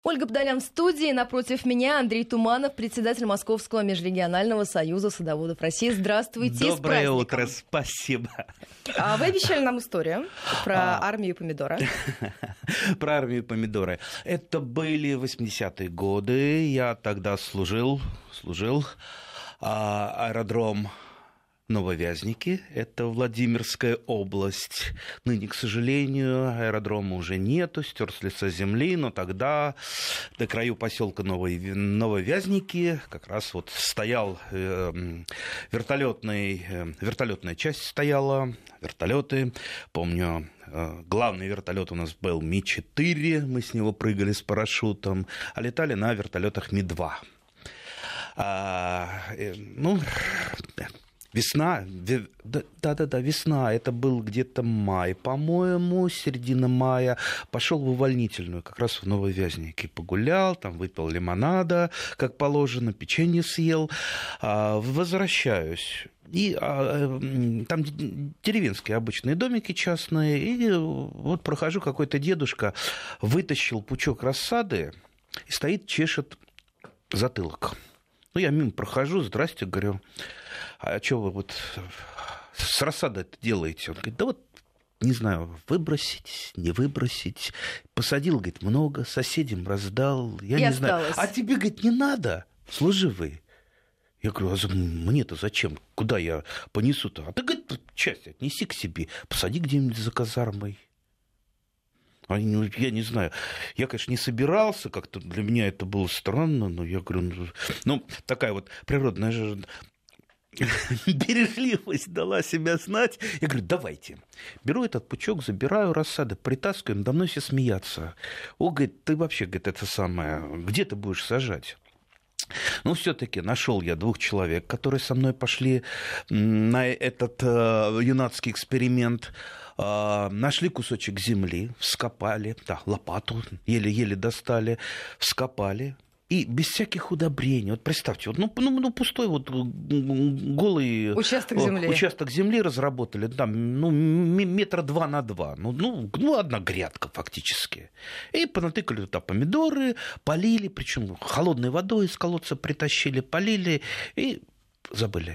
Ольга Подолян в студии. Напротив меня Андрей Туманов, председатель Московского межрегионального союза садоводов России. Здравствуйте. Доброе утро, спасибо. Вы обещали нам историю про армию помидора. Про армию помидора. Это были 80-е годы. Я тогда служил. Аэродром Нововязники, это Владимирская область. Ныне, к сожалению, аэродрома уже нету, стер с лица земли, но тогда до краю поселка Нововязники как раз вот стоял вертолетная часть стояла, вертолеты. Помню, главный вертолет у нас был Ми-4, мы с него прыгали с парашютом, а летали на вертолетах Ми-2. Весна, весна, это был где-то май, по-моему, середина мая. Пошел в увольнительную, как раз в Нововязники. Погулял, там выпил лимонада, как положено, печенье съел. Возвращаюсь. И там деревенские обычные домики частные. И вот прохожу, какой-то дедушка вытащил пучок рассады и стоит, чешет затылок. Я мимо прохожу, здрасте, говорю, а что вы вот с рассадой-то делаете? Он говорит, да вот, не знаю, выбросить, не выбросить. Посадил, говорит, много, соседям раздал, я не знаю. А тебе, говорит, не надо, служивый. Я говорю, а мне-то зачем? Куда я понесу-то? А ты, говорит, часть отнеси к себе, посади где-нибудь за казармой. Я не знаю, я, конечно, не собирался, как-то для меня это было странно, но я говорю, такая вот природная же бережливость дала себя знать. Я говорю, давайте. Беру этот пучок, забираю рассады, притаскиваю, надо мной все смеяться. Говорит, ты вообще, говорит, это самое, где ты будешь сажать? Все-таки нашел я 2 человек, которые со мной пошли на этот юнацкий эксперимент. Нашли кусочек земли, вскопали, лопату еле-еле достали, вскопали. И без всяких удобрений. Вот представьте, пустой голый участок земли разработали, там, метра 2 на 2, одна грядка фактически. И понатыкали туда помидоры, полили, причем холодной водой из колодца притащили, полили и забыли.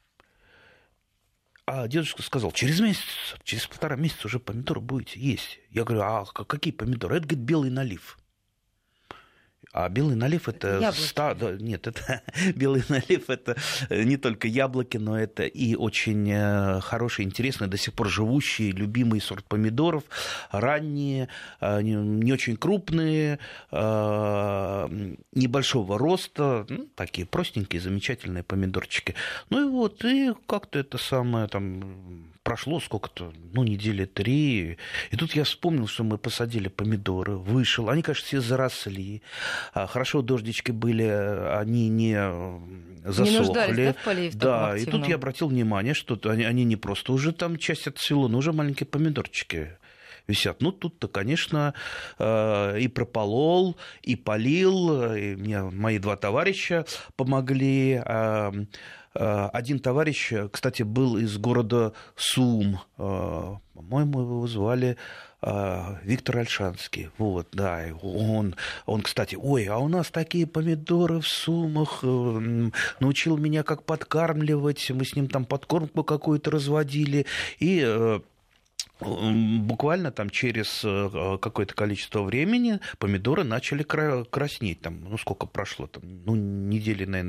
А дедушка сказал, через 1,5 месяца уже помидоры будете есть. Я говорю, а какие помидоры? Это, говорит, белый налив. А белый налив это белый налив это не только яблоки, но это и очень хороший, интересный, до сих пор живущий, любимый сорт помидоров, ранние, не очень крупные, небольшого роста, такие простенькие, замечательные помидорчики. И как-то это самое там прошло сколько-то, недели 3, и тут я вспомнил, что мы посадили помидоры, вышел, они, конечно, все заросли. Хорошо дождички были, они не засохли. Не нуждались, в полив таком активном. И тут я обратил внимание, что они не просто уже там часть отцвело, но уже маленькие помидорчики висят. Тут-то, конечно, и прополол, и полил, и мне мои 2 товарища помогли. Один товарищ, кстати, был из города Сум, по-моему, его звали Виктор Ольшанский. Он, кстати, а у нас такие помидоры в Сумах, научил меня, как подкармливать, мы с ним там подкормку какую-то разводили, и буквально там через какое-то количество времени помидоры начали краснеть. Там, сколько прошло? Недели, наверное,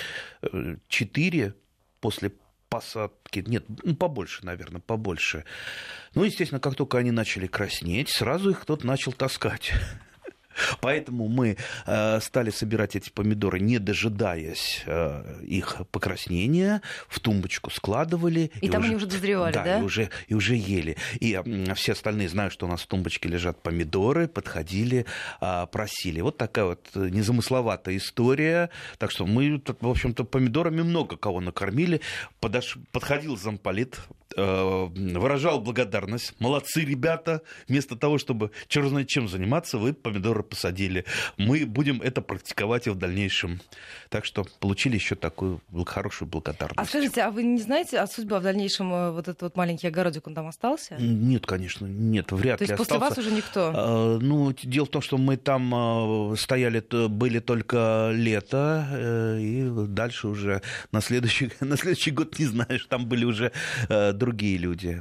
4 после посадки. Нет, побольше, наверное, побольше. Естественно, как только они начали краснеть, сразу их кто-то начал таскать. Поэтому мы стали собирать эти помидоры, не дожидаясь их покраснения, в тумбочку складывали. И там они уже дозревали, да? Да, и уже ели. И все остальные знают, что у нас в тумбочке лежат помидоры, подходили, просили. Вот такая вот незамысловатая история. Так что мы, в общем-то, помидорами много кого накормили. Подходил замполит выражал благодарность. Молодцы, ребята. Вместо того, чтобы черт знает чем заниматься, вы помидоры посадили. Мы будем это практиковать и в дальнейшем. Так что получили еще такую хорошую благодарность. А скажите, а вы не знаете, а судьба в дальнейшем, вот этот вот маленький огородик, он там остался? Нет, конечно, нет, вряд ли остался. То есть после вас уже никто? Дело в том, что мы там стояли, были только лето, и дальше уже на следующий год не знаешь, там были уже другие люди.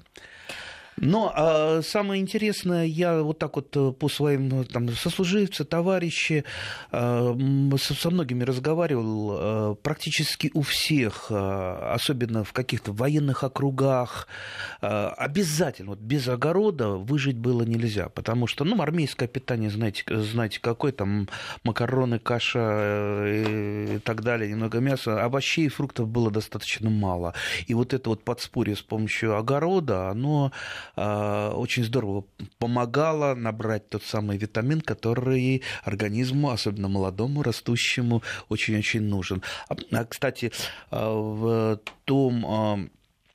Но самое интересное, я вот так вот по своим сослуживцам, товарищи, со многими разговаривал, практически у всех, особенно в каких-то военных округах, обязательно, вот без огорода выжить было нельзя, потому что, армейское питание, знаете какое, там макароны, каша и так далее, немного мяса, овощей и фруктов было достаточно мало. И вот это вот подспорье с помощью огорода, оно очень здорово помогало набрать тот самый витамин, который организму, особенно молодому, растущему, очень-очень нужен. Кстати, в том,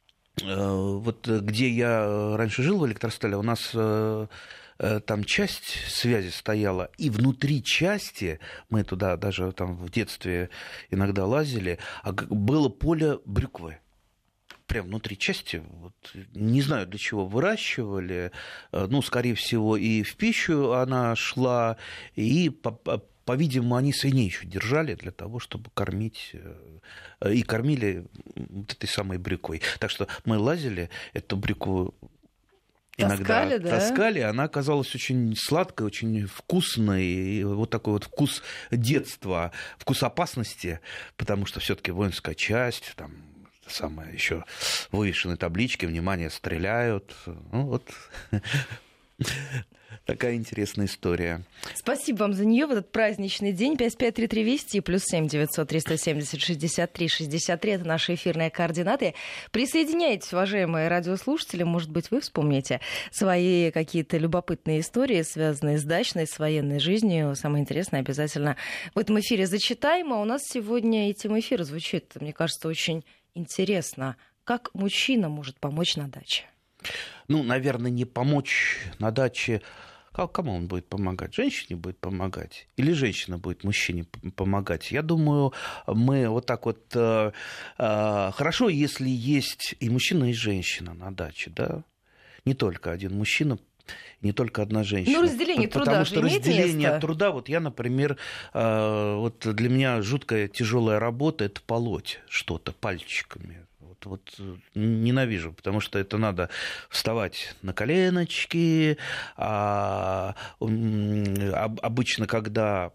вот где я раньше жил, в Электростале, у нас там часть связи стояла, и внутри части, мы туда даже там в детстве иногда лазили, было поле брюквы. Прям внутри части, вот, не знаю, для чего выращивали, скорее всего, и в пищу она шла, и, по-видимому, они свиней еще держали для того, чтобы кормить, и кормили вот этой самой брюквой. Так что мы лазили, эту брюкву иногда таскали, она оказалась очень сладкой, очень вкусной, и вот такой вот вкус детства, вкус опасности, потому что все-таки воинская часть, там, самое еще вывешены таблички, внимание, стреляют. Такая интересная история. Спасибо вам за нее в этот праздничный день. 5533 Вести плюс 7 900 370 63 63. Это наши эфирные координаты. Присоединяйтесь, уважаемые радиослушатели. Может быть, вы вспомните свои какие-то любопытные истории, связанные с дачной, с военной жизнью. Самое интересное обязательно в этом эфире зачитаем. А у нас сегодня и тема эфира звучит, мне кажется, очень интересно. Как мужчина может помочь на даче? Наверное, не помочь на даче. Кому он будет помогать? Женщине будет помогать? Или женщина будет мужчине помогать? Я думаю, мы вот так вот... Хорошо, если есть и мужчина, и женщина на даче, да? Не только один мужчина, не только одна женщина. Разделение труда. Потому что разделение труда, вот я, например, вот для меня жуткая тяжелая работа — это полоть что-то пальчиками. Вот ненавижу, потому что это надо вставать на коленочки. Обычно, когда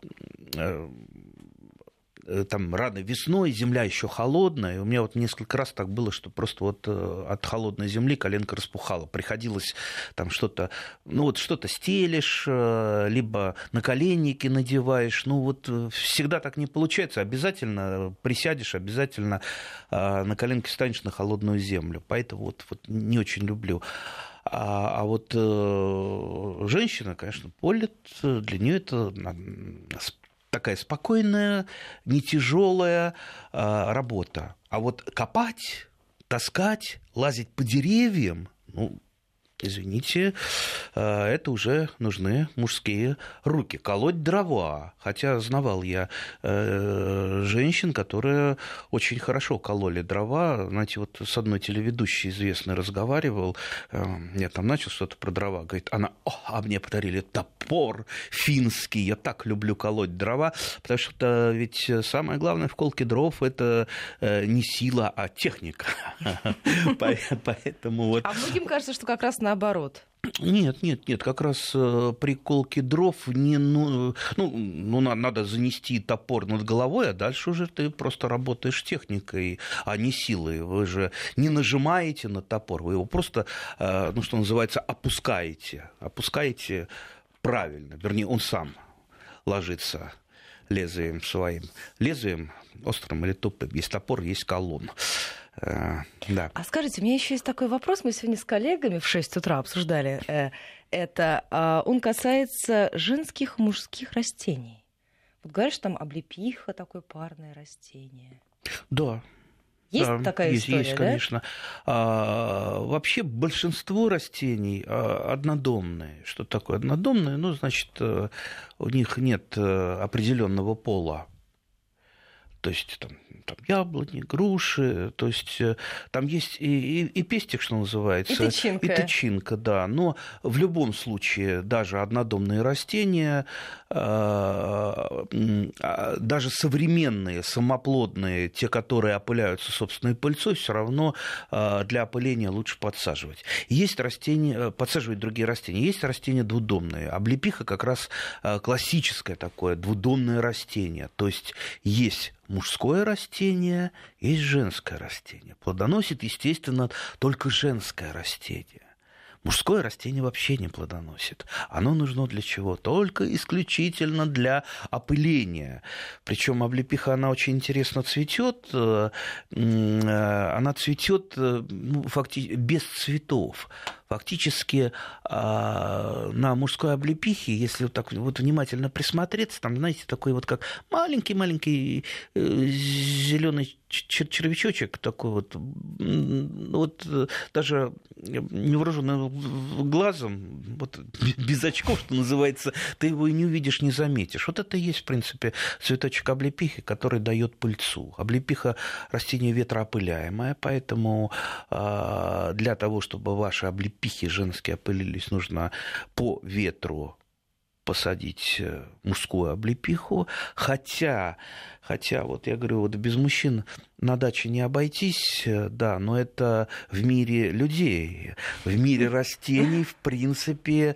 там рано весной, земля еще холодная, и у меня вот несколько раз так было, что просто вот от холодной земли коленка распухала. Приходилось там что-то, что-то стелишь, либо наколенники надеваешь. Всегда так не получается. Обязательно присядешь, обязательно на коленке станешь на холодную землю. Поэтому вот не очень люблю. А вот женщина, конечно, полет, для нее это такая спокойная, не тяжелая работа. А вот копать, таскать, лазить по деревьям, извините, это уже нужны мужские руки. Колоть дрова. Хотя знавал я женщин, которые очень хорошо кололи дрова. Знаете, вот с одной телеведущей известной разговаривал. Я там начал что-то про дрова. Говорит, а мне подарили топор финский. Я так люблю колоть дрова. Потому что ведь самое главное в колке дров — это не сила, а техника. Поэтому вот... А многим кажется, что как раз наоборот. Нет, как раз при колке дров надо занести топор над головой, а дальше уже ты просто работаешь техникой, а не силой. Вы же не нажимаете на топор, вы его просто, что называется, опускаете. Опускаете правильно, вернее, он сам ложится лезвием своим. Лезвием, острым или тупым, есть топор, есть колун. Да. А скажите, у меня еще есть такой вопрос. Мы сегодня с коллегами в 6 утра обсуждали это. Он касается женских и мужских растений. Вот говорят, что там облепиха, такое парное растение. Да. Есть да, такая история, есть, конечно. Вообще большинство растений однодомные. Что такое однодомные? Ну, значит, у них нет определенного пола. То есть там яблони, груши, то есть там есть и пестик, что называется. И тычинка. И тычинка, да. Но в любом случае даже однодомные растения, даже современные, самоплодные, те, которые опыляются собственной пыльцой, все равно для опыления лучше подсаживать. Есть растения, подсаживать другие растения. Есть растения двудомные. Облепиха как раз классическое такое двудомное растение. То есть есть мужское растение, есть женское растение. Плодоносит, естественно, только женское растение. Мужское растение вообще не плодоносит. Оно нужно для чего? Только исключительно для опыления. Причем облепиха, она очень интересно цветет. Она цветет фактически без цветов. Фактически на мужской облепихе, если вот так вот внимательно присмотреться, там, знаете, такой вот как маленький зеленый червячочек, такой вот даже невооруженным глазом, вот без очков, что называется, ты его и не увидишь, не заметишь. Вот это и есть, в принципе, цветочек облепихи, который дает пыльцу. Облепиха растение ветроопыляемое, поэтому для того, чтобы ваши облепихи женские опылились, нужно по ветру посадить мужскую облепиху, хотя вот я говорю, вот без мужчин на даче не обойтись, да, но это в мире людей, в мире растений, в принципе,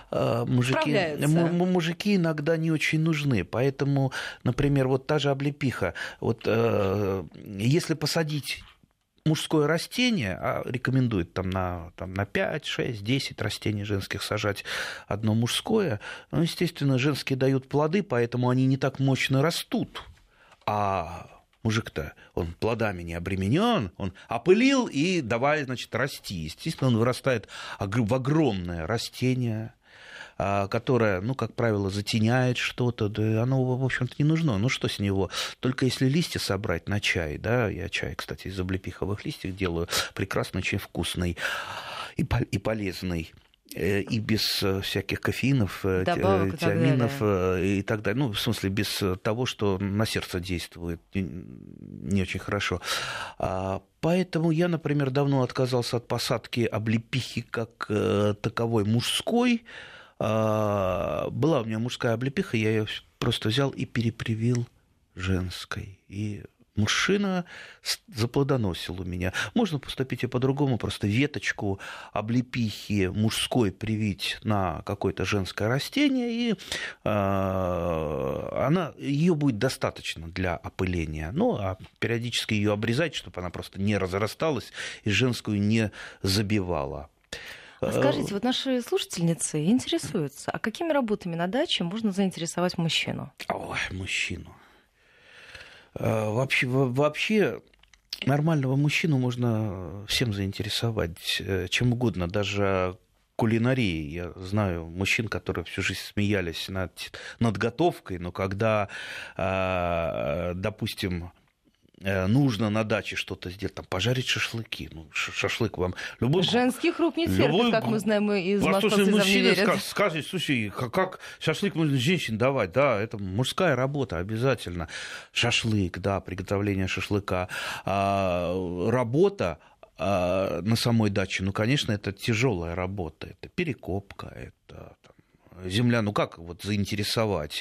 мужики иногда не очень нужны, поэтому, например, вот та же облепиха, вот если посадить мужское растение, рекомендуют там на 5, 6, 10 растений женских сажать одно мужское, ну, естественно, женские дают плоды, поэтому они не так мощно растут. А мужик-то, он плодами не обременен, он опылил и давай, значит, расти. Естественно, он вырастает в огромное растение, которое, ну, как правило, затеняет что-то, да оно, в общем-то, не нужно. Ну, что с него? Только если листья собрать на чай, да, я чай, кстати, из облепиховых листьев делаю, прекрасно, очень вкусный и полезный. И без всяких кофеинов, тиаминов и так далее. Ну, в смысле, без того, что на сердце действует не очень хорошо. Поэтому я, например, давно отказался от посадки облепихи как таковой мужской. Была у меня мужская облепиха, я ее просто взял и перепривил женской. И мужчина заплодоносил у меня. Можно поступить и по-другому, просто веточку облепихи мужской привить на какое-то женское растение, и ее будет достаточно для опыления. Ну, а периодически ее обрезать, чтобы она просто не разрасталась и женскую не забивала. Скажите, вот наши слушательницы интересуются, а какими работами на даче можно заинтересовать мужчину? Ой, мужчину. Вообще нормального мужчину можно всем заинтересовать, чем угодно, даже кулинарией. Я знаю мужчин, которые всю жизнь смеялись над готовкой, но когда, допустим, нужно на даче что-то сделать, там, пожарить шашлыки. Ну, шашлык вам... Женских рук не терпят, как мы знаем, из «Московской замверят». Скажет, слушай, как шашлык можно женщин давать? Да, это мужская работа обязательно. Шашлык, да, приготовление шашлыка. Работа на самой даче, ну, конечно, это тяжелая работа. Это перекопка, это там, земля. Ну, как вот заинтересовать?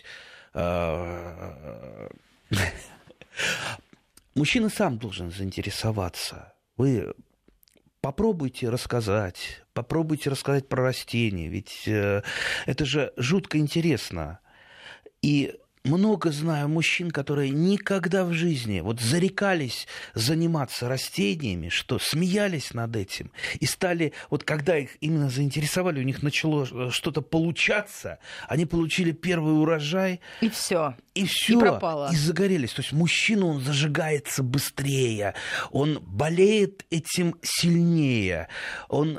Мужчина сам должен заинтересоваться. Вы попробуйте рассказать про растения, ведь это же жутко интересно. И много знаю мужчин, которые никогда в жизни вот зарекались заниматься растениями, что смеялись над этим и стали, вот когда их именно заинтересовали, у них начало что-то получаться, они получили первый урожай. И все. И все, и загорелись. То есть мужчина, он зажигается быстрее, он болеет этим сильнее, он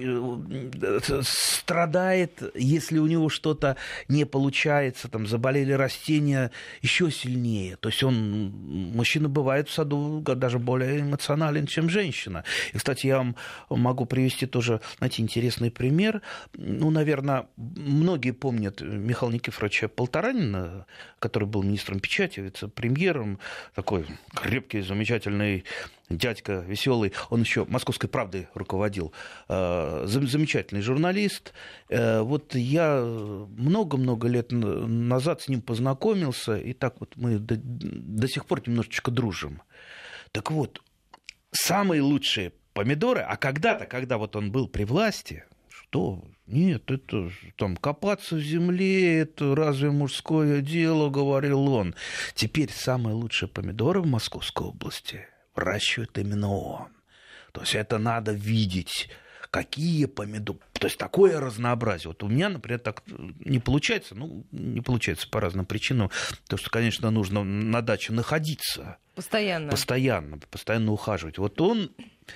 страдает, если у него что-то не получается, там, заболели растения, еще сильнее. То есть мужчина бывает в саду даже более эмоционален, чем женщина. И, кстати, я вам могу привести тоже, знаете, интересный пример. Ну, наверное, многие помнят Михаила Никифоровича Полторанина, который был министром печати, вице-премьером, такой крепкий, замечательный дядька, веселый. Он еще «Московской правдой» руководил. Замечательный журналист. Вот я много-много лет назад с ним познакомился, и так вот мы до сих пор немножечко дружим. Так вот, самые лучшие помидоры, а когда-то, когда вот он был при власти, что? Нет, это там копаться в земле, это разве мужское дело, говорил он. Теперь самые лучшие помидоры в Московской области выращивает именно он. То есть это надо видеть, какие помидоры. То есть такое разнообразие. Вот у меня, например, так не получается. Ну, не получается по разным причинам. Потому что, конечно, нужно на даче находиться. Постоянно ухаживать. Вот он...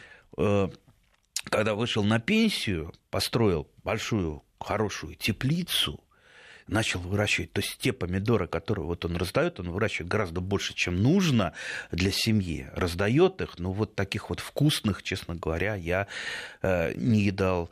когда вышел на пенсию, построил большую, хорошую теплицу, начал выращивать. То есть те помидоры, которые вот он раздает, он выращивает гораздо больше, чем нужно для семьи. Раздает их, но вот таких вот вкусных, честно говоря, я не едал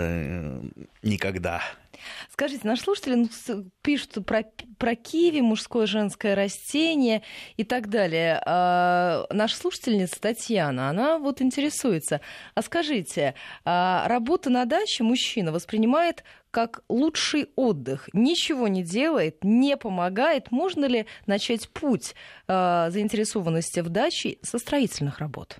никогда. Скажите, наши слушатели пишут про киви, мужское, женское растение и так далее. Наша слушательница Татьяна, она вот интересуется. А скажите, работа на даче мужчина воспринимает как лучший отдых, ничего не делает, не помогает. Можно ли начать путь заинтересованности в даче со строительных работ?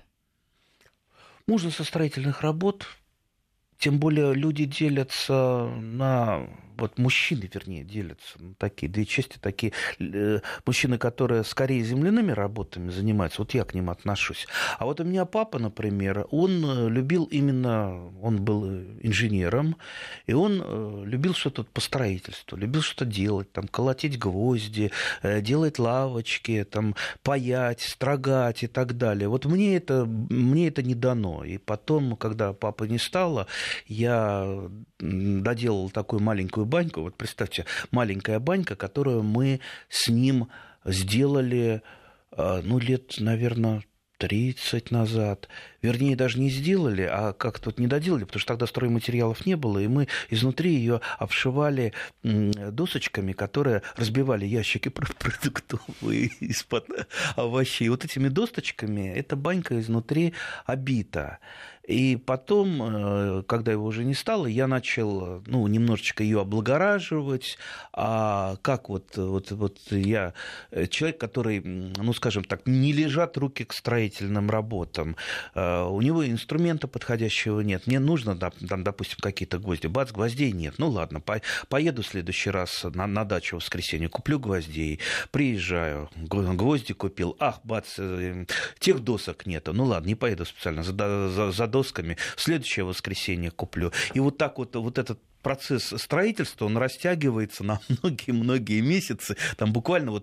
Можно со строительных работ. Тем более люди делятся на... Вот мужчины, вернее, делятся на такие две части. Такие мужчины, которые скорее земляными работами занимаются. Вот я к ним отношусь. А вот у меня папа, например, он любил именно... Он был инженером, и он любил что-то по строительству, любил что-то делать, там, колотить гвозди, делать лавочки, там, паять, строгать и так далее. Вот мне это не дано. И потом, когда папы не стало, я доделал такую маленькую баньку. Вот представьте, маленькая банька, которую мы с ним сделали, лет, наверное, 30 назад. Вернее, даже не сделали, а как-то вот не доделали, потому что тогда стройматериалов не было, и мы изнутри ее обшивали досочками, которые разбивали ящики продуктовые из-под овощей. Вот этими досточками эта банька изнутри обита. И потом, когда его уже не стало, я начал, немножечко ее облагораживать. А как вот я человек, который, скажем так, не лежат руки к строительным работам. У него инструмента подходящего нет. Мне нужно, там, допустим, какие-то гвозди. Бац, гвоздей нет. Ну ладно, поеду в следующий раз на дачу в воскресенье, куплю гвоздей, приезжаю, гвозди купил. Ах, бац, тех досок нету. Ну ладно, не поеду специально за досками. В следующее воскресенье куплю. И вот так вот этот процесс строительства, он растягивается на многие-многие месяцы. Там буквально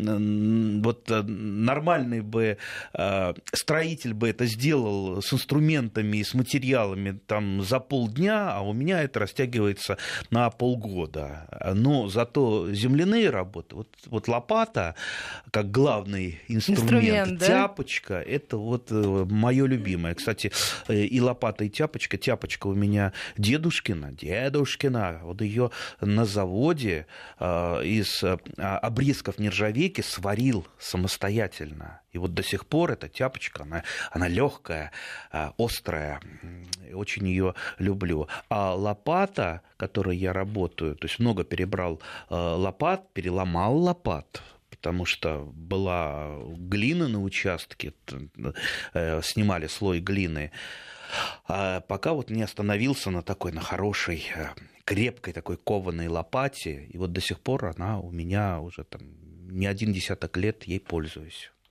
нормальный бы строитель бы это сделал с инструментами и с материалами там за полдня, а у меня это растягивается на полгода. Но зато земляные работы, вот лопата, как главный инструмент, тяпочка, это вот мое любимое. Кстати, и лопата, и тяпочка. Тяпочка у меня дедушкина. Вот ее на заводе из обрезков нержавейки сварил самостоятельно. И вот до сих пор эта тяпочка, она легкая, острая, очень ее люблю. А лопата, которой я работаю, то есть много перебрал лопат, переломал лопат, потому что была глина на участке, снимали слой глины. А пока вот не остановился на хорошей, крепкой такой кованой лопате, и вот до сих пор она у меня уже там не один десяток лет ей пользуюсь.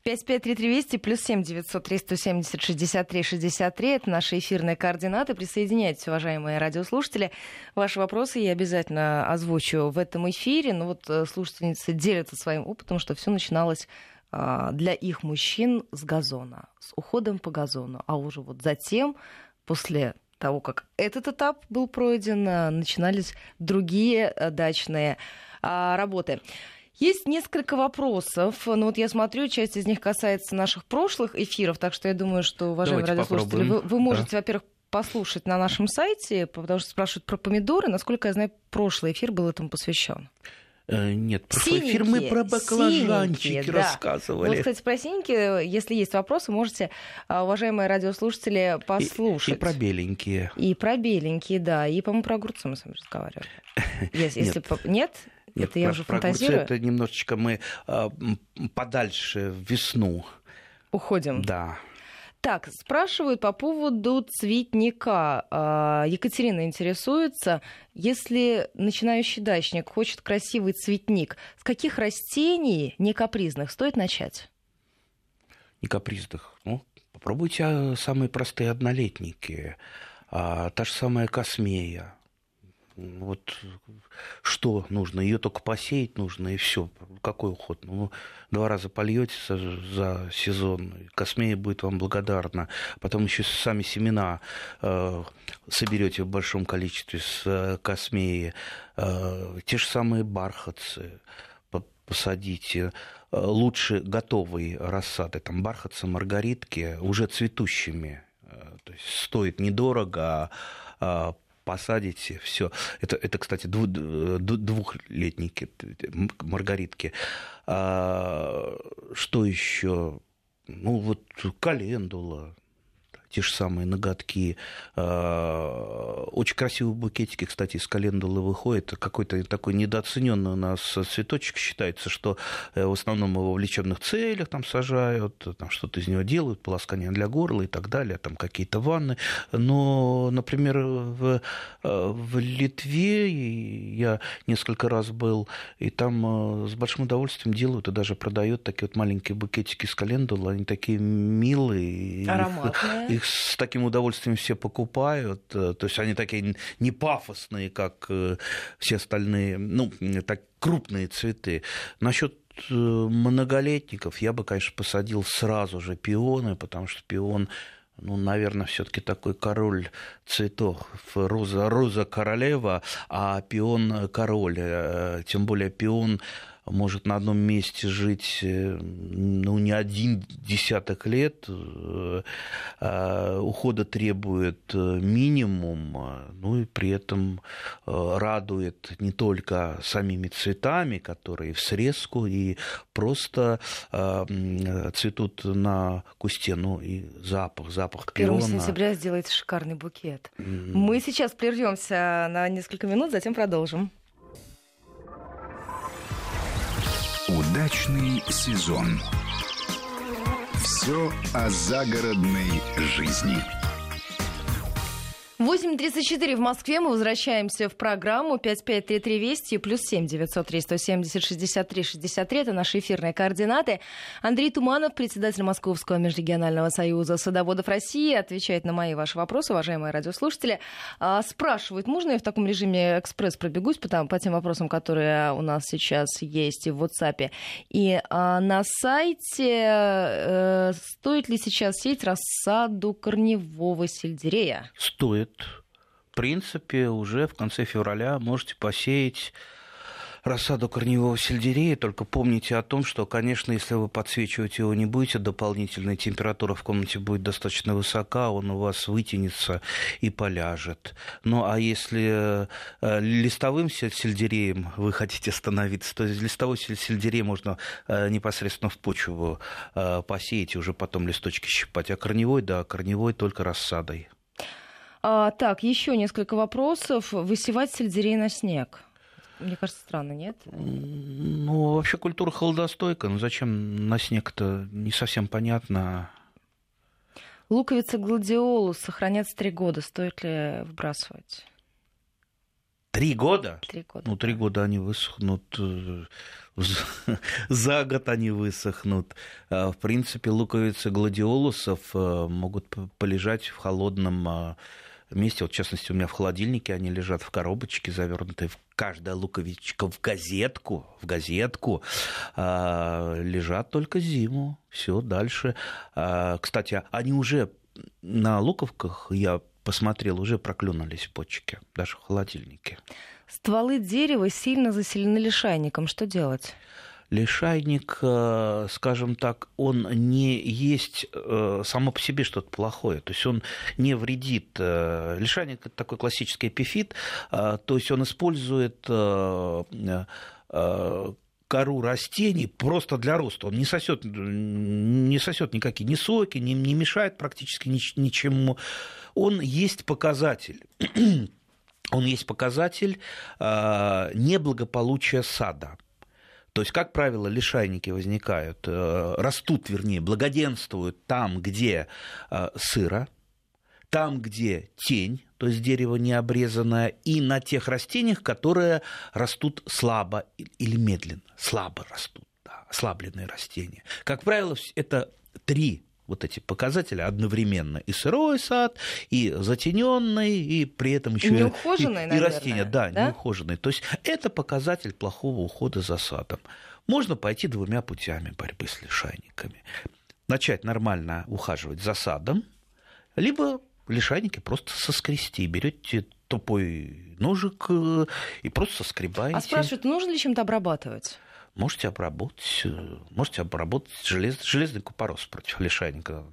553320 +7 903 170 63 63. Это наши эфирные координаты. Присоединяйтесь, уважаемые радиослушатели. Ваши вопросы я обязательно озвучу в этом эфире. Но вот слушательницы делятся своим опытом, что все начиналось для их мужчин с газона, с уходом по газону. А уже вот затем, после того, как этот этап был пройден, начинались другие дачные работы. Есть несколько вопросов, но вот я смотрю, часть из них касается наших прошлых эфиров, так что я думаю, что, уважаемые радиослушатели, вы можете, во-первых, послушать на нашем сайте, потому что спрашивают про помидоры. Насколько я знаю, прошлый эфир был этому посвящен. Нет, прошлый эфир мы про баклажанчики рассказывали. Вот, кстати, про синенькие, если есть вопросы, можете, уважаемые радиослушатели, послушать. И про беленькие. И про беленькие, да. И, по-моему, про огурцы мы с вами разговаривали. Нет? Нет, это я уже фантазирую. Это немножечко мы подальше в весну. Уходим. Да. Так, спрашивают по поводу цветника. Екатерина интересуется, если начинающий дачник хочет красивый цветник, с каких растений некапризных стоит начать? Некапризных? Ну, попробуйте самые простые однолетники. Та же самая космея. Вот что нужно? Ее только посеять нужно, и все. Какой уход? 2 раза польете за сезон, космея будет вам благодарна. Потом еще сами семена соберете в большом количестве с космеи. Те же самые бархатцы посадите. Лучше готовые рассады, там бархатцы, маргаритки, уже цветущими. То есть стоит недорого, посадите, все. Это, кстати, двухлетники, маргаритки. Что еще? Вот календула, те же самые ноготки. Очень красивые букетики, кстати, из календулы выходят. Какой-то такой недооцененный у нас цветочек считается, что в основном его в лечебных целях там сажают, там что-то из него делают, полоскание для горла и так далее, там какие-то ванны. Но, например, в Литве я несколько раз был, и там с большим удовольствием делают и даже продают такие вот маленькие букетики из календулы. Они такие милые. Ароматные. Их с таким удовольствием все покупают. То есть они такие не пафосные, как все остальные, так крупные цветы. Насчет многолетников я бы, конечно, посадил сразу же пионы, потому что пион, наверное, все-таки такой король цветов. Роза королева, а пион король. Тем более пион может на одном месте жить не 10 лет, ухода требует минимум, и при этом радует не только самими цветами, которые в срезку и просто цветут на кусте, и запах пиона. 1 сентября сделаете шикарный букет. Мы сейчас прервемся на несколько минут, затем продолжим. Удачный сезон. Все о загородной жизни. 8:34 в Москве. Мы возвращаемся в программу 553320 +7 903 170 63 63. Это наши эфирные координаты. Андрей Туманов, председатель Московского межрегионального союза садоводов России, отвечает на мои ваши вопросы, уважаемые радиослушатели. Спрашивают, можно я в таком режиме экспресс пробегусь по тем вопросам, которые у нас сейчас есть и в WhatsApp. И на сайте стоит ли сейчас сеять рассаду корневого сельдерея? Стоит. В принципе, уже в конце февраля можете посеять рассаду корневого сельдерея, только помните о том, что, конечно, если вы подсвечивать его не будете дополнительно, температура в комнате будет достаточно высока, он у вас вытянется и поляжет. А если листовым сельдереем вы хотите становиться, то листовой сельдерей можно непосредственно в почву посеять и уже потом листочки щипать, а корневой только рассадой. Так, еще несколько вопросов. Высевать сельдерей на снег? Мне кажется, странно, нет? Вообще культура холодостойкая. Зачем на снег-то, не совсем понятно. Луковица гладиолус сохраняется 3 года. Стоит ли выбрасывать? 3 года? 3 года. Ну, 3 года они высохнут, за год они высохнут. В принципе, луковицы гладиолусов могут полежать в холодном месте. Вот, в частности, у меня в холодильнике они лежат в коробочке, завернутые в каждая луковичка в газетку, лежат только зиму. Все дальше. Кстати, они уже на луковках, я посмотрел, уже проклюнулись почки, даже в холодильнике. Стволы дерева сильно заселены лишайником. Что делать? Лишайник, скажем так, он не есть само по себе что-то плохое, то есть он не вредит. Лишайник – это такой классический эпифит, то есть он использует кору растений просто для роста. Он не сосет никакие ни соки, не мешает практически ничему. Он есть показатель. Он есть показатель неблагополучия сада. То есть, как правило, лишайники возникают, растут, вернее, благоденствуют там, где сыро, там, где тень, то есть дерево не обрезанное, и на тех растениях, которые растут слабо или медленно. Слабо растут, да, ослабленные растения. Как правило, это 3 вот эти показатели одновременно: и сырой сад, и затененный, и при этом еще неухоженный, и растения, да, неухоженные. То есть это показатель плохого ухода за садом. Можно пойти 2 путями борьбы с лишайниками: начать нормально ухаживать за садом, либо лишайники просто соскрести. Берете тупой ножик и просто соскребаете. А спрашивают, нужно ли чем-то обрабатывать? Можете обработать железный купорос против лишайника,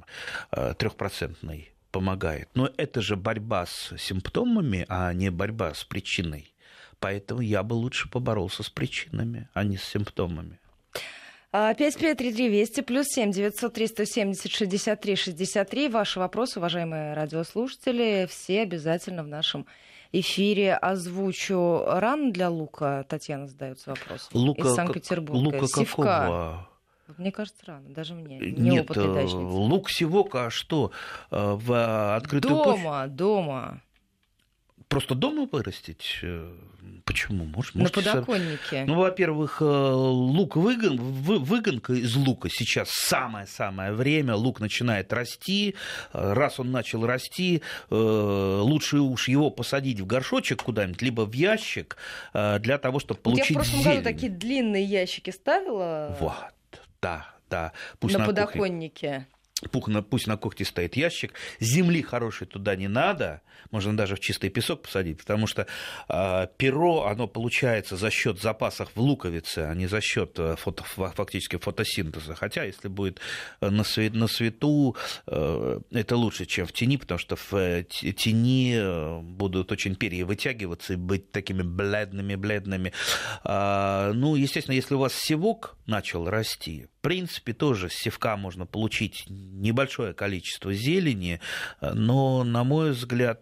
3% помогает. Но это же борьба с симптомами, а не борьба с причиной. Поэтому я бы лучше поборолся с причинами, а не с симптомами. 553320 +7 903 170 63 63. Ваши вопросы, уважаемые радиослушатели, все обязательно в нашем эфире озвучу. Рано для лука, Татьяна задается вопрос. Из Санкт-Петербурга. Лука севка. Какого? Мне кажется, рано, даже мне. Нет, лук севок, а что? В открытую почву? Дома. Просто дома вырастить? Почему? На подоконнике. Ну, во-первых, выгонка из лука сейчас самое-самое время. Лук начинает расти. Раз он начал расти, лучше уж его посадить в горшочек куда-нибудь, либо в ящик, для того, чтобы получить зелень. Я в прошлом году такие длинные ящики ставила. Вот, да. Пусть на подоконнике. Пусть на кухне стоит ящик, земли хорошей туда не надо, можно даже в чистый песок посадить, потому что перо, оно получается за счет запасов в луковице, а не за счет фактически фотосинтеза. Хотя, если будет на свету, это лучше, чем в тени, потому что в тени будут очень перья вытягиваться и быть такими бледными. Ну, естественно, если у вас севок начал расти, в принципе, тоже с севка можно получить небольшое количество зелени, но, на мой взгляд,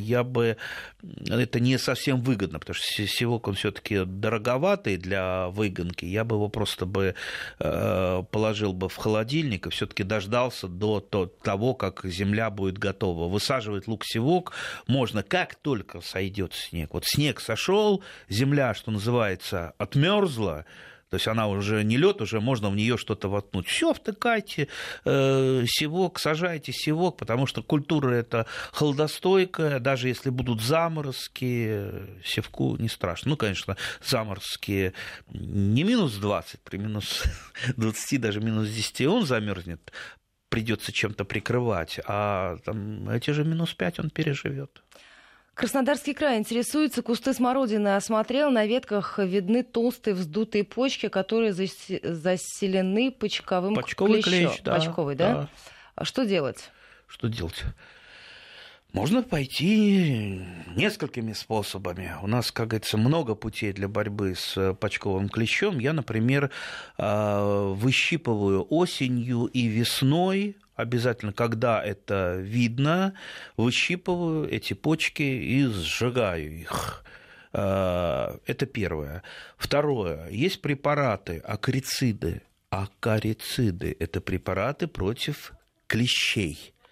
это не совсем выгодно, потому что севок, он все-таки дороговатый для выгонки. Я бы его просто положил бы в холодильник и все-таки дождался до того, как земля будет готова. Высаживать лук-севок можно, как только сойдет снег. Вот снег сошел, земля, что называется, отмерзла. То есть она уже не лед, уже можно в нее что-то воткнуть. Все, втыкайте севок, сажайте севок, потому что культура эта холодостойкая, даже если будут заморозки, севку не страшно. Ну, конечно, заморозки не минус 20, при минус 20, даже минус 10 он замерзнет, придется чем-то прикрывать, а там, эти же минус 5 он переживет. Краснодарский край интересуется, кусты смородины осмотрел, на ветках видны толстые вздутые почки, которые заселены почковым клещом. Почковый, да? А что делать? Что делать? Можно пойти несколькими способами. У нас, как говорится, много путей для борьбы с почковым клещом. Я, например, выщипываю осенью и весной, обязательно, когда это видно, выщипываю эти почки и сжигаю их. Это первое. Второе. Есть препараты, акарициды. Акарициды – это препараты против клещей.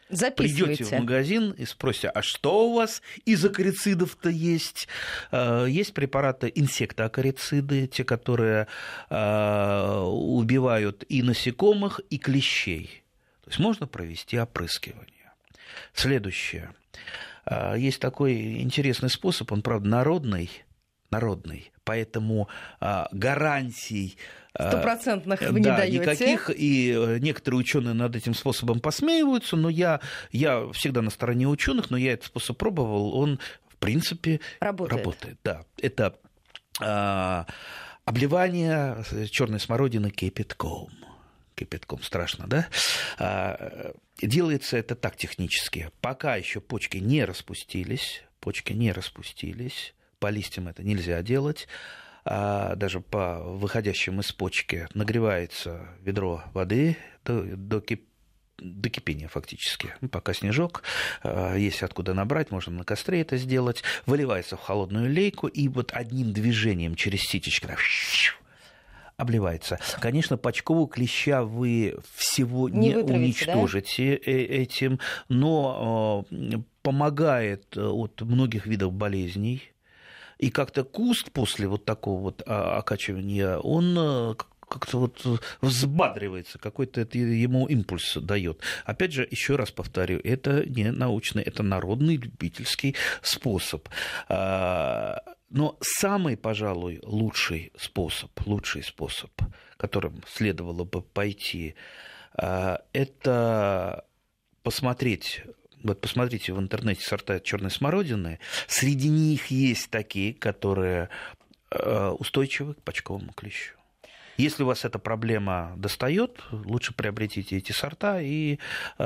Записывайте. Придете в магазин и спросите, а что у вас из акарицидов-то есть? Есть препараты инсектоакарициды, те, которые убивают и насекомых, и клещей. То есть можно провести опрыскивание. Следующее. Есть такой интересный способ, он, правда, народный, поэтому гарантий стопроцентных вы не даёте. Никаких, и некоторые ученые над этим способом посмеиваются, но я всегда на стороне ученых, но я этот способ пробовал, он, в принципе, работает. Да. Это обливание черной смородины кипятком. Кипятком страшно, да? Делается это так технически. Пока еще почки не распустились, по листьям это нельзя делать, даже по выходящим из почки нагревается ведро воды до кипения фактически. Пока снежок, есть откуда набрать, можно на костре это сделать, выливается в холодную лейку, и вот одним движением через ситечко обливается. Конечно, почкового клеща вы всего не уничтожите, да? Этим, но помогает от многих видов болезней. И как-то куст после вот такого вот окачивания, он как-то вот взбадривается, какой-то это ему импульс дает. Опять же, еще раз повторю, это не научный, это народный любительский способ. Но самый, пожалуй, лучший способ, которым следовало бы пойти, это посмотреть. Вот посмотрите в интернете сорта черной смородины. Среди них есть такие, которые устойчивы к почковому клещу. Если у вас эта проблема достает, лучше приобретите эти сорта, и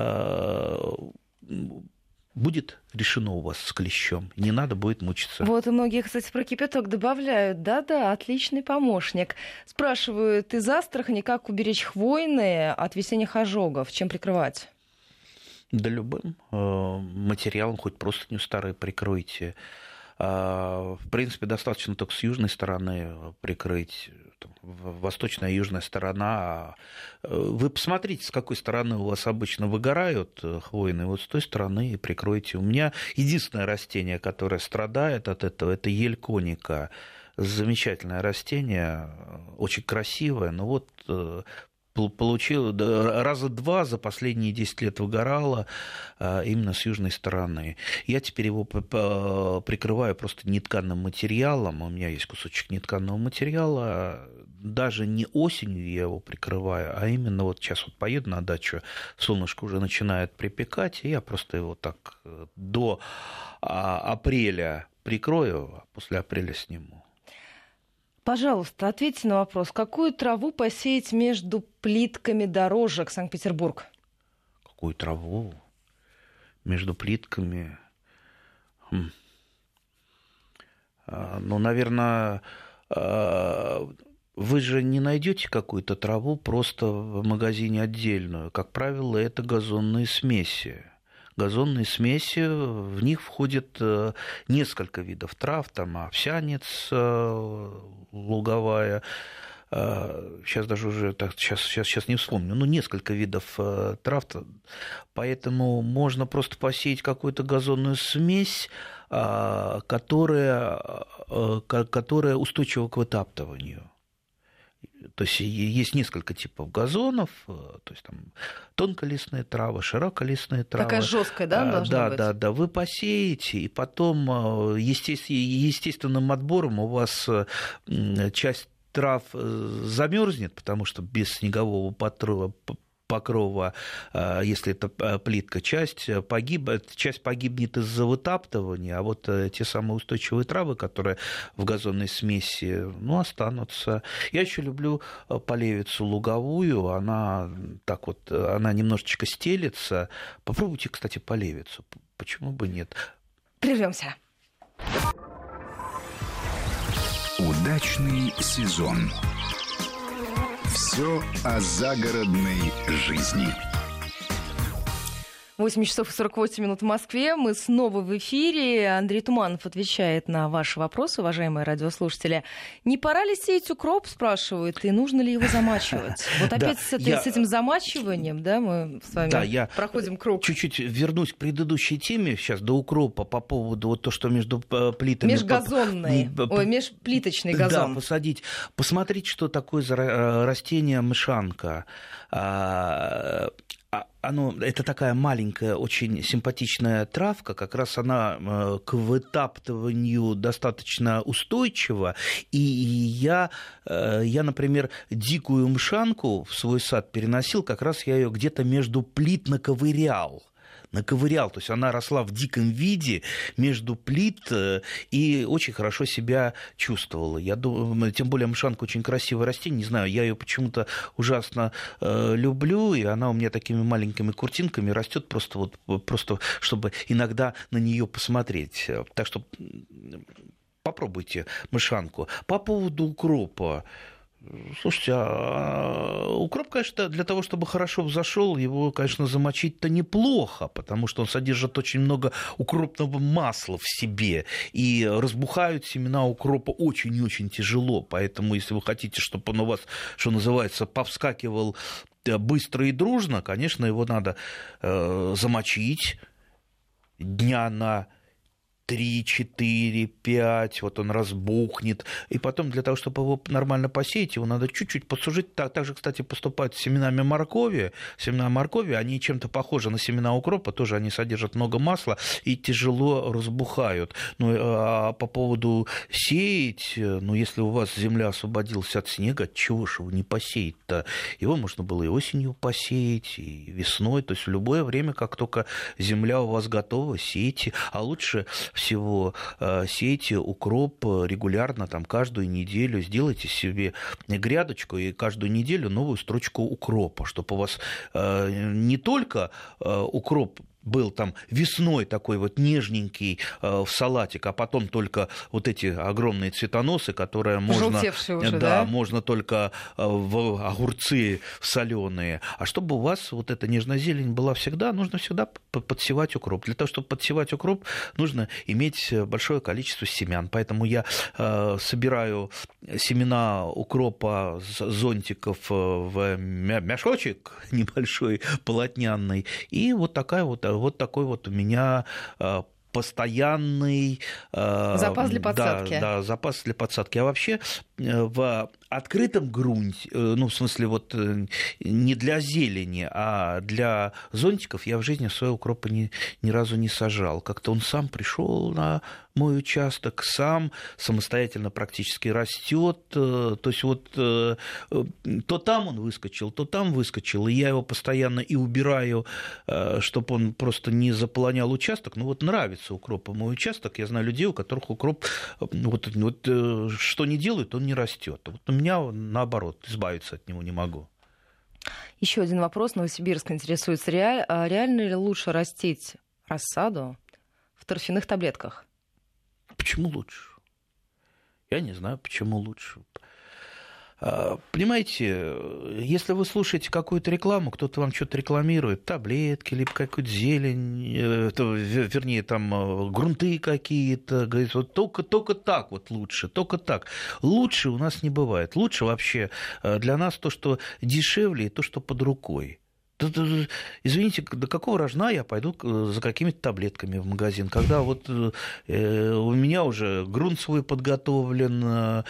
будет решено у вас с клещом. Не надо будет мучиться. Вот и многие, кстати, про кипяток добавляют. Да-да, отличный помощник. Спрашивают из Астрахани, как уберечь хвойные от весенних ожогов, чем прикрывать? Да любым материалом, хоть простыню старой прикройте. В принципе, достаточно только с южной стороны прикрыть. Восточная и южная сторона. Вы посмотрите, с какой стороны у вас обычно выгорают хвойные, вот с той стороны и прикройте. У меня единственное растение, которое страдает от этого, это ель коника. Замечательное растение, очень красивое, но вот получил раза два за последние 10 лет выгорало именно с южной стороны. Я теперь его прикрываю просто нетканным материалом. У меня есть кусочек нетканного материала. Даже не осенью я его прикрываю, а именно вот сейчас вот поеду на дачу, солнышко уже начинает припекать, и я просто его так до апреля прикрою, а после апреля сниму. Пожалуйста, ответьте на вопрос. Какую траву посеять между плитками дорожек Санкт-Петербург? Какую траву? Между плитками? Ну, наверное, вы же не найдете какую-то траву просто в магазине отдельную. Как правило, это газонные смеси. Газонные смеси, в них входит несколько видов трав, там овсянец луговая, сейчас даже уже, сейчас не вспомню, но несколько видов трав, поэтому можно просто посеять какую-то газонную смесь, которая устойчива к вытаптыванию. То есть есть несколько типов газонов, то есть там тонколистные травы, широколистные травы. Такая жесткая, да, должна быть? Да. Вы посеете, и потом естественным отбором у вас часть трав замерзнет, потому что без снегового покрова, если это плитка, часть погибнет из-за вытаптывания, а вот те самые устойчивые травы, которые в газонной смеси, останутся. Я еще люблю полевицу луговую, она немножечко стелется. Попробуйте, кстати, полевицу, почему бы нет? Прервемся. Удачный сезон. Все о загородной жизни. 8 часов и 48 минут в Москве. Мы снова в эфире. Андрей Туманов отвечает на ваши вопросы, уважаемые радиослушатели. Не пора ли сеять укроп, спрашивают, и нужно ли его замачивать? Вот опять с этим замачиванием, да, мы с вами проходим круг. Чуть-чуть вернусь к предыдущей теме сейчас до укропа по поводу вот то, что между плитами... Межплиточный газон. Да, посадить. Посмотреть, что такое за растение мышанка. Это такая маленькая, очень симпатичная травка, как раз она к вытаптыванию достаточно устойчива. И я, например, дикую мшанку в свой сад переносил, как раз я ее где-то между плит наковырял, то есть она росла в диком виде между плит и очень хорошо себя чувствовала. Я думаю, тем более мшанка очень красивое растение, не знаю, я ее почему-то ужасно люблю, и она у меня такими маленькими куртинками растет просто чтобы иногда на нее посмотреть. Так что попробуйте мшанку. По поводу укропа. Слушайте, укроп, конечно, для того, чтобы хорошо взошел, его, конечно, замочить-то неплохо, потому что он содержит очень много укропного масла в себе, и разбухают семена укропа очень и очень тяжело, поэтому, если вы хотите, чтобы он у вас, что называется, повскакивал быстро и дружно, конечно, его надо замочить дня на 3, 4, 5, вот он разбухнет. И потом для того, чтобы его нормально посеять, его надо чуть-чуть посушить. Так же, кстати, поступают с семенами моркови. Семена моркови, они чем-то похожи на семена укропа, тоже они содержат много масла и тяжело разбухают. Ну, а по поводу сеять, если у вас земля освободилась от снега, чего же его не посеять-то? Его можно было и осенью посеять, и весной, то есть в любое время, как только земля у вас готова, сейте. А лучше всего сейте укроп регулярно, там, каждую неделю, сделайте себе грядочку и каждую неделю новую строчку укропа, чтобы у вас не только укроп был там весной такой вот нежненький в салатик, а потом только вот эти огромные цветоносы, которые можно, уже, да? можно только в огурцы соленые. А чтобы у вас вот эта нежная зелень была всегда, нужно всегда подсевать укроп. Для того, чтобы подсевать укроп, нужно иметь большое количество семян. Поэтому я собираю семена укропа с зонтиков в мешочек небольшой, полотняный, и вот такой вот у меня постоянный запас для подсадки. Да, запас для подсадки. А вообще в открытом грунте, в смысле вот не для зелени, а для зонтиков я в жизни своего укропа ни разу не сажал. Как-то он сам пришел на мой участок, сам самостоятельно практически растет. То есть вот то там он выскочил, то там выскочил, и я его постоянно и убираю, чтобы он просто не заполонял участок. Нравится укропу мой участок. Я знаю людей, у которых укроп что не делают, он не растет. Вот у меня наоборот, избавиться от него не могу. Еще один вопрос. Новосибирск интересуется. Реально ли лучше растить рассаду в торфяных таблетках? Почему лучше? Я не знаю, почему лучше. Понимаете, если вы слушаете какую-то рекламу, кто-то вам что-то рекламирует, таблетки, либо какую-то зелень, вернее, там грунты какие-то, говорит, вот только так вот лучше, только так. Лучше у нас не бывает. Лучше вообще для нас то, что дешевле, и то, что под рукой. Извините, до какого рожна я пойду за какими-то таблетками в магазин, когда вот у меня уже грунт свой подготовлен,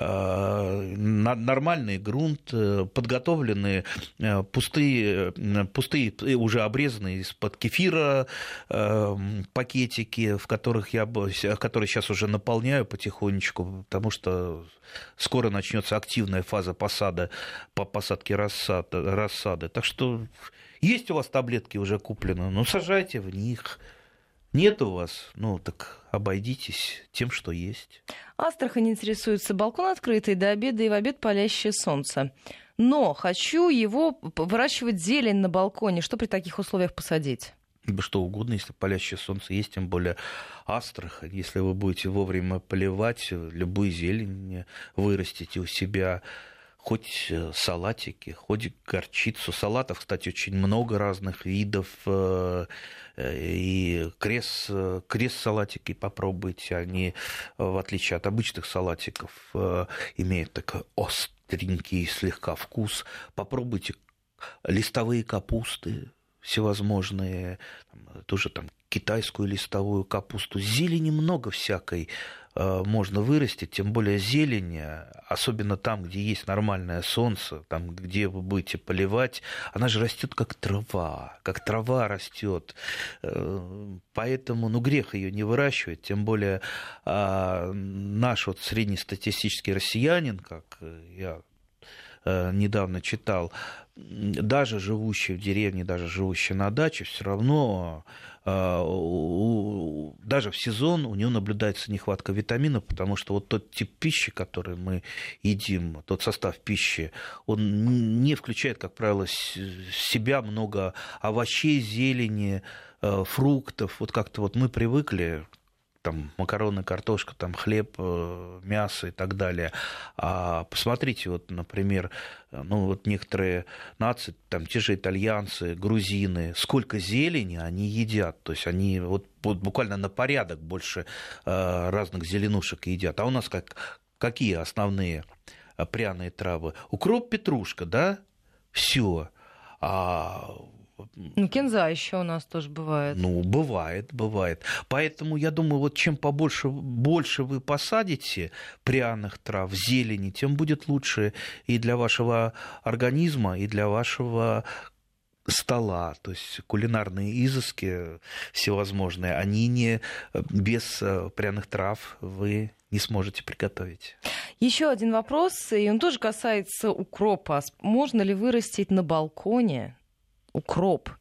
нормальный грунт, подготовленные пустые уже обрезанные из-под кефира пакетики, которые сейчас уже наполняю потихонечку, потому что скоро начнется активная фаза посадки рассады. Так что есть у вас таблетки уже куплены, сажайте в них. Нет у вас, так обойдитесь тем, что есть. Астрахань интересуется. Балкон открытый до обеда и в обед палящее солнце. Но хочу его выращивать зелень на балконе. Что при таких условиях посадить? Что угодно, если палящее солнце есть, тем более Астрахань. Если вы будете вовремя поливать, любую зелень вырастите у себя. хоть салатики, хоть горчицу. Салатов, кстати, очень много разных видов. И крест-салатики попробуйте. Они, в отличие от обычных салатиков, имеют такой остренький слегка вкус. Попробуйте листовые капусты всевозможные, тоже там китайскую листовую капусту. Зелени много всякой можно вырастить, тем более зелень, особенно там, где есть нормальное солнце, там, где вы будете поливать, она же растет как трава растет. Поэтому, грех ее не выращивать, тем более наш вот среднестатистический россиянин, как я недавно читал, даже живущий в деревне, даже живущий на даче, все равно даже в сезон у него наблюдается нехватка витаминов, потому что вот тот тип пищи, который мы едим, тот состав пищи, он не включает, как правило, в себя много овощей, зелени, фруктов. Вот как-то вот мы привыкли, там макароны, картошка, там хлеб, мясо и так далее. А посмотрите, вот, например, вот некоторые нации, там те же итальянцы, грузины, сколько зелени они едят, то есть они вот буквально на порядок больше разных зеленушек едят. А у нас какие основные пряные травы? Укроп, петрушка, да? Все. Кинза еще у нас тоже бывает. Бывает. Поэтому я думаю, вот чем больше вы посадите пряных трав, зелени, тем будет лучше и для вашего организма, и для вашего стола. То есть кулинарные изыски всевозможные, они не без пряных трав вы не сможете приготовить. Еще один вопрос, и он тоже касается укропа. Можно ли вырастить на балконе укроп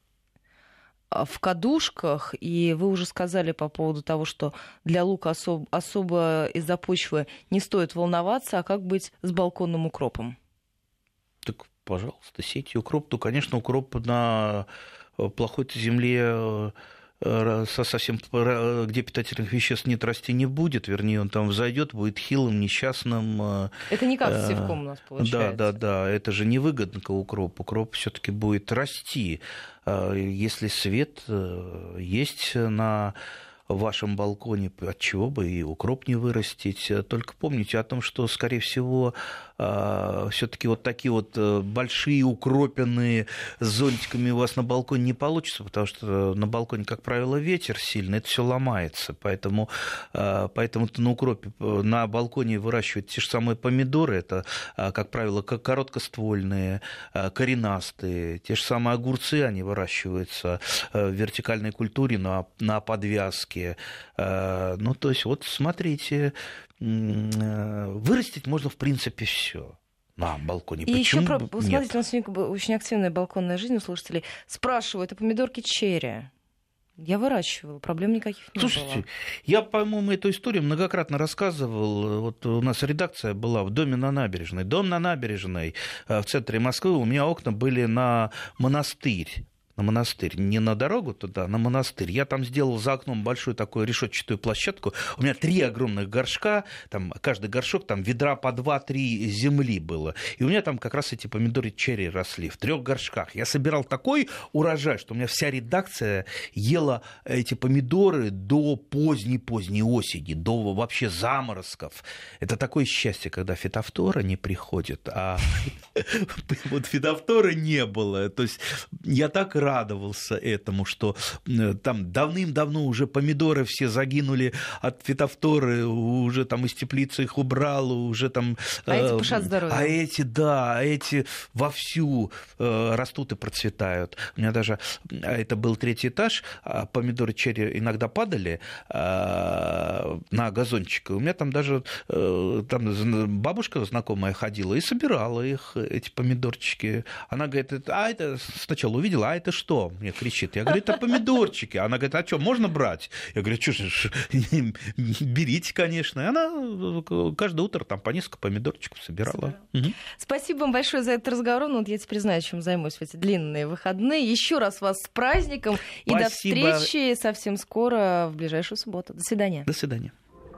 в кадушках? И вы уже сказали по поводу того, что для лука особо из-за почвы не стоит волноваться. А как быть с балконным укропом? Так, пожалуйста, сейте укроп. То, конечно, укроп на плохой-то земле совсем, где питательных веществ нет, расти не будет, вернее, он там взойдет, будет хилым, несчастным. Это не как с севком у нас получается. Да, это же невыгодно укроп. Укроп все-таки будет расти. Если свет есть на вашем балконе, отчего бы и укроп не вырастить. Только помните о том, что, скорее всего, все-таки вот такие вот большие укропенные с зонтиками у вас на балконе не получится, потому что на балконе, как правило, ветер сильный, это все ломается. Поэтому на укропе на балконе выращивать те же самые помидоры, это, как правило, короткоствольные, коренастые. Те же самые огурцы, они выращиваются в вертикальной культуре на подвязке. То есть, вот смотрите, вырастить можно, в принципе, все на балконе. И еще, смотрите, у нас сегодня очень активная балконная жизнь у слушателей. Спрашивают, а помидорки черри? Я выращивала, проблем никаких не было. Слушайте, я, по-моему, эту историю многократно рассказывал. Вот у нас редакция была в доме на набережной. Дом на набережной в центре Москвы. У меня окна были на монастырь. Не на дорогу туда, на монастырь. Я там сделал за окном большую такую решетчатую площадку. У меня 3 огромных горшка, там каждый горшок, там ведра по 2-3 земли было. И у меня там как раз эти помидоры черри росли в 3 горшках. Я собирал такой урожай, что у меня вся редакция ела эти помидоры до поздней осени, до вообще заморозков. Это такое счастье, когда фитофтора не приходит, а вот фитофтора не было. То есть я так радовался этому, что там давным-давно уже помидоры все загинули от фитофторы, уже там из теплицы их убрал, уже там... эти пышат здоровьем. Эти вовсю растут и процветают. У меня даже, это был 3-й этаж, помидоры черри иногда падали на газончик. У меня там даже там бабушка знакомая ходила и собирала их, эти помидорчики. Она говорит, это сначала увидела, это что? Мне кричит. Я говорю, это помидорчики. Она говорит, а что, можно брать? Я говорю, что ж, берите, конечно. И она каждое утро там по несколько помидорчиков собирала. Угу. Спасибо вам большое за этот разговор. Вот я теперь знаю, чем займусь в эти длинные выходные. Еще раз вас с праздником. И до встречи совсем скоро, в ближайшую субботу. До свидания. До свидания.